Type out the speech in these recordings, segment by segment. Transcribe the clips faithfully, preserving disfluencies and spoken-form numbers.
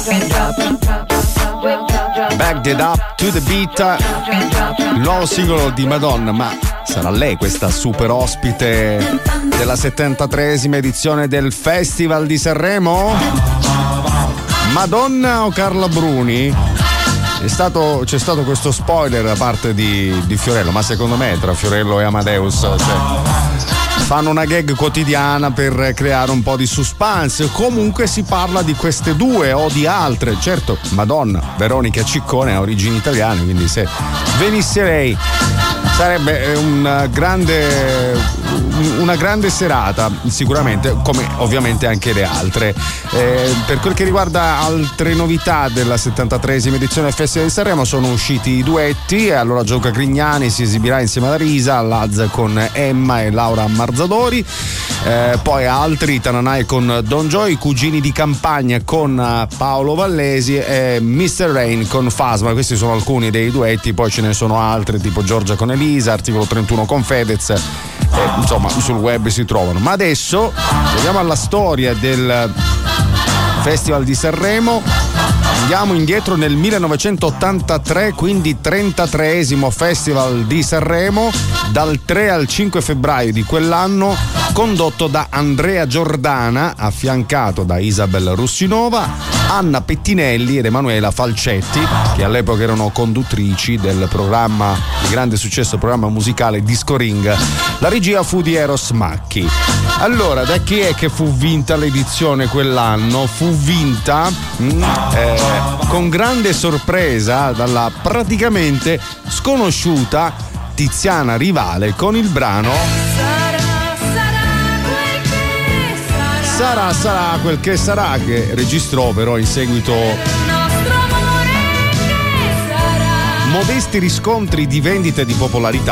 Back it up to the beat, il nuovo singolo di Madonna. Ma sarà lei questa super ospite della settantatreesima edizione del Festival di Sanremo? Madonna o Carla Bruni? È stato, c'è stato questo spoiler da parte di, di Fiorello, ma secondo me tra Fiorello e Amadeus, cioè, fanno una gag quotidiana per creare un po' di suspense. Comunque si parla di queste due o di altre. Certo, Madonna, Veronica Ciccone, ha origini italiane, quindi se venisse lei sarebbe un grande, una grande serata, sicuramente, come ovviamente anche le altre. Eh, per quel che riguarda altre novità della settantatreesima edizione del Festival di Sanremo, sono usciti i duetti. Allora Gioca Grignani si esibirà insieme ad Arisa, Laz con Emma e Laura Marzadori, eh, poi altri, Tananai con Don Joy, Cugini di Campagna con Paolo Vallesi e mister Rain con Fasma. Questi sono alcuni dei duetti, poi ce ne sono altri tipo Giorgia con Elisa, Articolo trentuno con Fedez, eh, insomma sul web si trovano. Ma adesso vediamo alla storia del Festival di Sanremo. Andiamo indietro nel millenovecentottantatré, quindi trentatreesimo Festival di Sanremo, dal tre al cinque febbraio di quell'anno, condotto da Andrea Giordana, affiancato da Isabel Russinova, Anna Pettinelli ed Emanuela Falcetti, che all'epoca erano conduttrici del programma di grande successo, programma musicale Disco Ring. La regia fu di Eros Macchi. Allora, da chi è che fu vinta l'edizione quell'anno? Fu vinta mm, eh, con grande sorpresa dalla praticamente sconosciuta Tiziana Rivale con il brano Sarà, sarà quel che sarà, che registrò però in seguito modesti riscontri di vendita e di popolarità.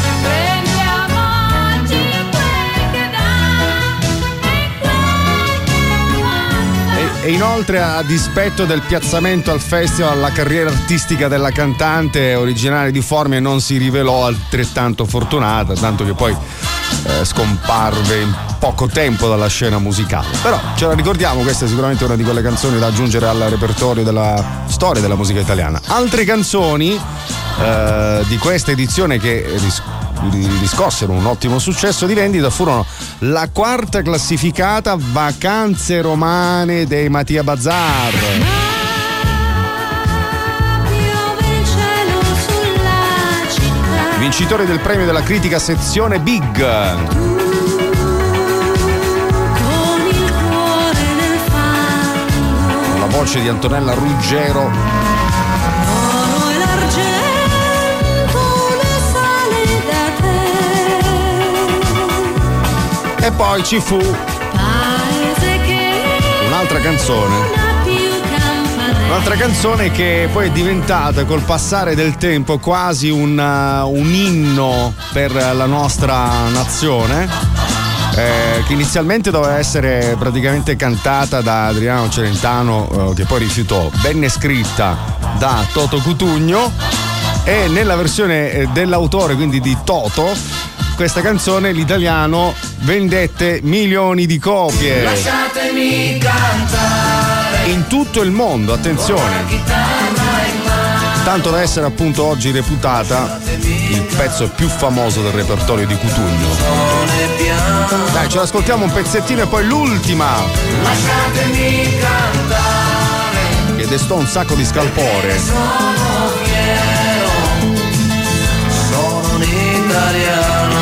E inoltre, a dispetto del piazzamento al festival, la carriera artistica della cantante originaria di Formia non si rivelò altrettanto fortunata, tanto che poi eh, scomparve in poco tempo dalla scena musicale. Però ce la ricordiamo, questa è sicuramente una di quelle canzoni da aggiungere al repertorio della storia della musica italiana. Altre canzoni eh, di questa edizione che ris- riscossero un ottimo successo di vendita furono la quarta classificata Vacanze romane dei Mattia Bazar, vincitore del premio della critica sezione Big, con la voce di Antonella Ruggero. E poi ci fu un'altra canzone, un'altra canzone che poi è diventata col passare del tempo quasi un, uh, un inno per la nostra nazione, eh, che inizialmente doveva essere praticamente cantata da Adriano Celentano, eh, che poi rifiutò, venne scritta da Toto Cutugno, e nella versione dell'autore, quindi di Toto, questa canzone l'italiano vendette milioni di copie. Lasciatemi cantare in tutto il mondo, attenzione, tanto da essere appunto oggi reputata il pezzo più famoso del repertorio di Cutugno. Dai, ce l'ascoltiamo un pezzettino e poi l'ultima, lasciatemi cantare, che destò un sacco di scalpore. Sono fiero, sono un italiano,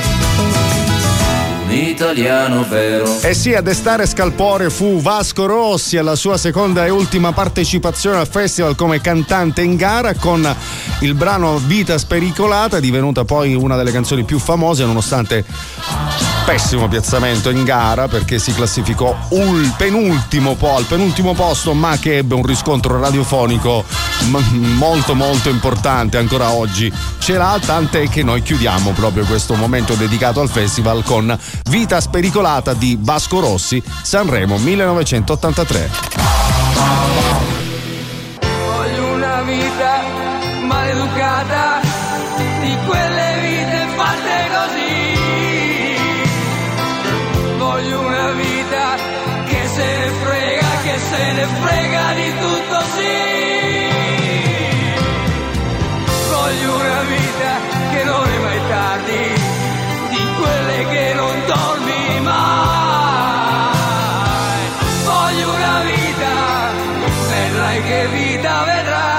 italiano vero. Eh sì, a destare scalpore fu Vasco Rossi alla sua seconda e ultima partecipazione al festival come cantante in gara, con il brano Vita Spericolata, divenuta poi una delle canzoni più famose, nonostante pessimo piazzamento in gara, perché si classificò ul penultimo po' al penultimo posto, ma che ebbe un riscontro radiofonico m- molto molto importante, ancora oggi ce l'ha, tant'è che noi chiudiamo proprio questo momento dedicato al festival con Vita Spericolata di Vasco Rossi, Sanremo millenovecentottantatré. Voglio una vita maleducata, di quelle vite fatte così. Voglio una vita che se frega, che se se ne frega di tutto, sì. Voglio una vita che non è mai tardi, di quelle che non dormi mai. Voglio una vita, vedrai che vita vedrai.